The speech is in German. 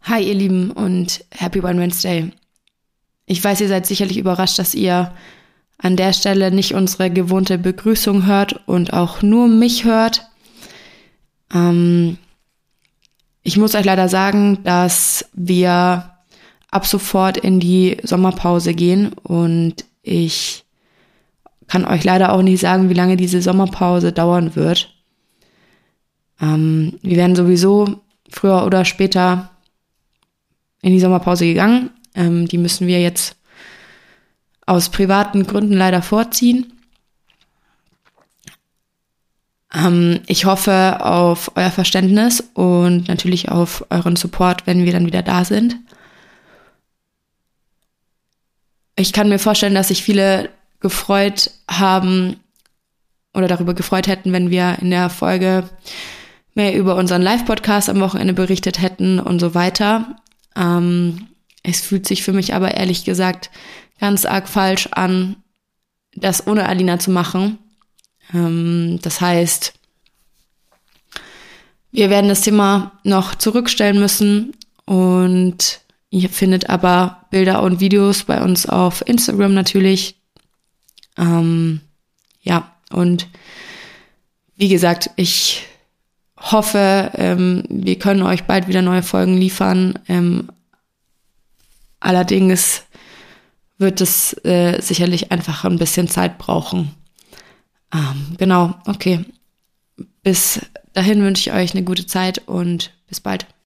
Hi ihr Lieben und Happy One Wednesday. Ich weiß, ihr seid sicherlich überrascht, dass ihr an der Stelle nicht unsere gewohnte Begrüßung hört und auch nur mich hört. Ich muss euch leider sagen, dass wir ab sofort in die Sommerpause gehen und ich kann euch leider auch nicht sagen, wie lange diese Sommerpause dauern wird. Wir werden sowieso früher oder später in die Sommerpause gegangen. Die müssen wir jetzt aus privaten Gründen leider vorziehen. Ich hoffe auf euer Verständnis und natürlich auf euren Support, wenn wir dann wieder da sind. Ich kann mir vorstellen, dass sich viele gefreut haben oder darüber gefreut hätten, wenn wir in der Folge mehr über unseren Live-Podcast am Wochenende berichtet hätten und so weiter. Es fühlt sich für mich aber ehrlich gesagt ganz arg falsch an, das ohne Alina zu machen. Das heißt, wir werden das Thema noch zurückstellen müssen und ihr findet aber Bilder und Videos bei uns auf Instagram natürlich. Und wie gesagt, ich hoffe, wir können euch bald wieder neue Folgen liefern. Allerdings wird es sicherlich einfach ein bisschen Zeit brauchen. Genau, okay. Bis dahin wünsche ich euch eine gute Zeit und bis bald.